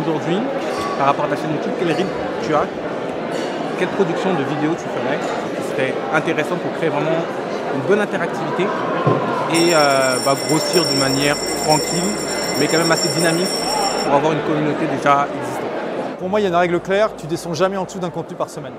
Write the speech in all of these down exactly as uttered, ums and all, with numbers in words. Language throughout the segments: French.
aujourd'hui, par rapport à ta chaîne YouTube, quel rythme tu as? Quelle production de vidéos tu ferais qui serait intéressante pour créer vraiment une bonne interactivité et euh, bah, grossir d'une manière tranquille, mais quand même assez dynamique pour avoir une communauté déjà existante? Pour moi, il y a une règle claire, tu descends jamais en dessous d'un contenu par semaine.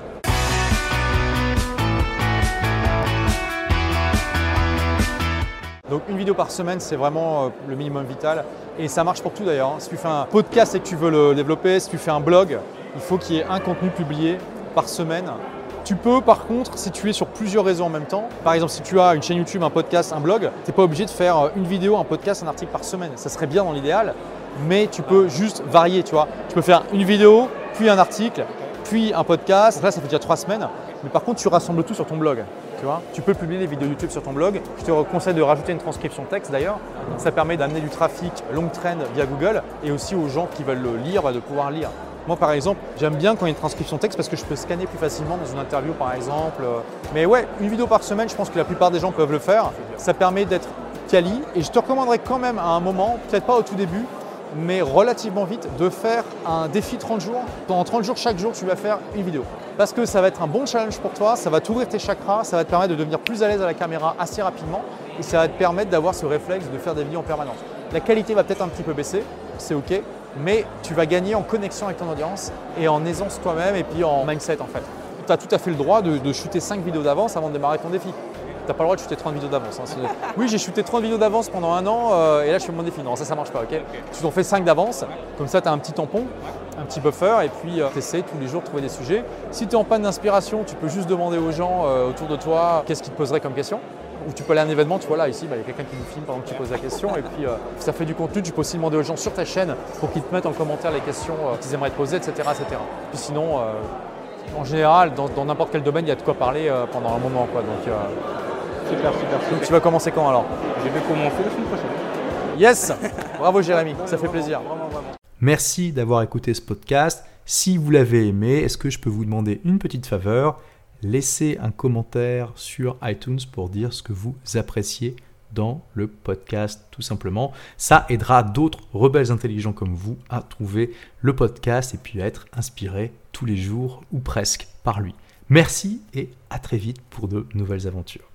Donc une vidéo par semaine, c'est vraiment le minimum vital et ça marche pour tout d'ailleurs. Si tu fais un podcast et que tu veux le développer, si tu fais un blog, il faut qu'il y ait un contenu publié par semaine. Tu peux par contre, si tu es sur plusieurs réseaux en même temps, par exemple si tu as une chaîne YouTube, un podcast, un blog, tu n'es pas obligé de faire une vidéo, un podcast, un article par semaine. Ça serait bien dans l'idéal, mais tu peux juste varier, tu vois. Tu peux faire une vidéo, puis un article, puis un podcast. Donc là, ça fait déjà trois semaines. Mais par contre, tu rassembles tout sur ton blog. Tu vois, tu peux publier les vidéos YouTube sur ton blog. Je te conseille de rajouter une transcription texte d'ailleurs. Ça permet d'amener du trafic long trend via Google et aussi aux gens qui veulent le lire, de pouvoir lire. Moi par exemple, j'aime bien quand il y a une transcription texte parce que je peux scanner plus facilement dans une interview par exemple. Mais ouais, une vidéo par semaine, je pense que la plupart des gens peuvent le faire. Ça permet d'être quali et je te recommanderais quand même à un moment, peut-être pas au tout début, mais relativement vite, de faire un défi trente jours. Pendant trente jours, chaque jour, tu vas faire une vidéo. Parce que ça va être un bon challenge pour toi, ça va t'ouvrir tes chakras, ça va te permettre de devenir plus à l'aise à la caméra assez rapidement et ça va te permettre d'avoir ce réflexe de faire des vidéos en permanence. La qualité va peut-être un petit peu baisser, c'est ok, mais tu vas gagner en connexion avec ton audience et en aisance toi-même et puis en mindset en fait. Tu as tout à fait le droit de, de shooter cinq vidéos d'avance avant de démarrer ton défi. Tu n'as pas le droit de shooter trente vidéos d'avance. Hein. Oui, j'ai shooté trente vidéos d'avance pendant un an euh, et là je fais mon défi. Non, ça, ça marche pas, ok, okay. Tu t'en fais cinq d'avance, comme ça tu as un petit tampon, un petit buffer et puis euh, tu essaies tous les jours de trouver des sujets. Si tu es en panne d'inspiration, tu peux juste demander aux gens euh, autour de toi qu'est-ce qu'ils te poseraient comme question. Ou tu peux aller à un événement, tu vois là, ici, bah, il y a quelqu'un qui nous filme pendant que tu poses la question et puis euh, ça fait du contenu. Tu peux aussi demander aux gens sur ta chaîne pour qu'ils te mettent en commentaire les questions euh, qu'ils aimeraient te poser, et cetera et cetera. Puis sinon, euh, en général, dans n'importe quel domaine, il y a de quoi parler euh, pendant un moment, quoi. Donc, euh, Super, super, super. Donc tu vas commencer quand alors? Je vais commencer la semaine prochaine. Yes! Bravo Jérémy, ça fait plaisir. Vraiment, vraiment. Merci d'avoir écouté ce podcast. Si vous l'avez aimé, est-ce que je peux vous demander une petite faveur? Laissez un commentaire sur iTunes pour dire ce que vous appréciez dans le podcast, tout simplement. Ça aidera d'autres rebelles intelligents comme vous à trouver le podcast et puis à être inspirés tous les jours ou presque par lui. Merci et à très vite pour de nouvelles aventures.